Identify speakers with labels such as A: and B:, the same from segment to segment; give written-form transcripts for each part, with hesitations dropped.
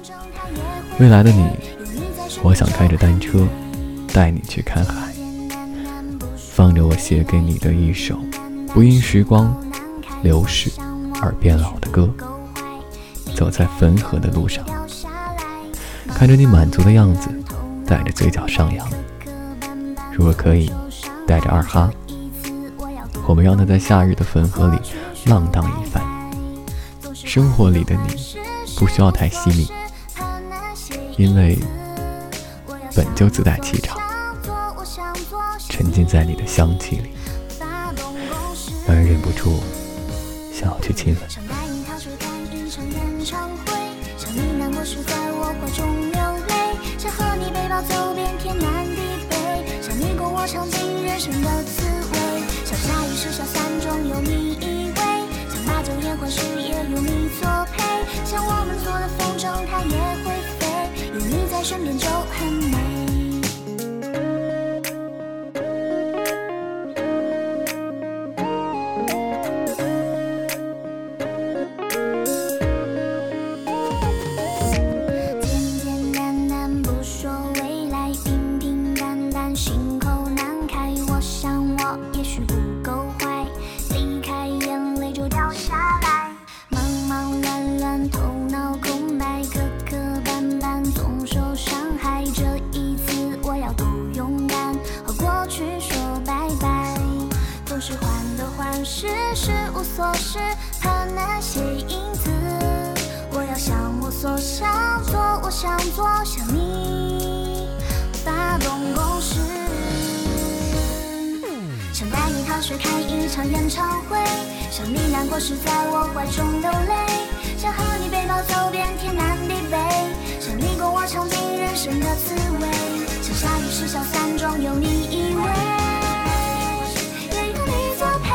A: 未来的你，我想开着单车带你去看海，放着我写给你的一首不因时光流逝而变老的歌，走在汾河的路上，看着你满足的样子，带着嘴角上扬。如果可以，带着二哈，我们让他在夏日的汾河里浪荡一番。生活里的你不需要太细腻，因为本就自带气场，沉浸在你的香气里，让人忍不住想要去亲吻。
B: 想带你逃出看一场演唱会，想你难过时在我怀中流泪，想和你背包走遍天南地北，想你共我尝尽人生的滋味，想下雨时小伞中有你依偎，想把酒言欢时也有你作陪，像我们做的风筝它也会飞，有你在身边就很美。心口难开，我想我也许不够坏，离开眼泪就掉下来，茫茫然然头脑空白，磕磕绊绊总受伤害，这一次我要多勇敢，和过去说拜拜，都是患得患失，事无所事，怕那些影子，我要向我所想做，我想做向你发动攻势，想带你逃学看一场演唱会，想你难过时在我怀中流泪，想和你背包走遍天南地北，想你共我尝尽人生的滋味，想下雨时小伞中有你依偎，也有你作陪，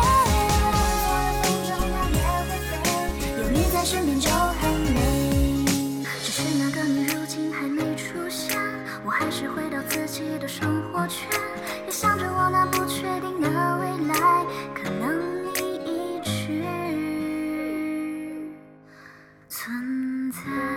B: 有你在身边就很美，只是那个你如今还没出现，我还是回到自己的生活圈，也想着我那不确定的未来，可能你一直存在。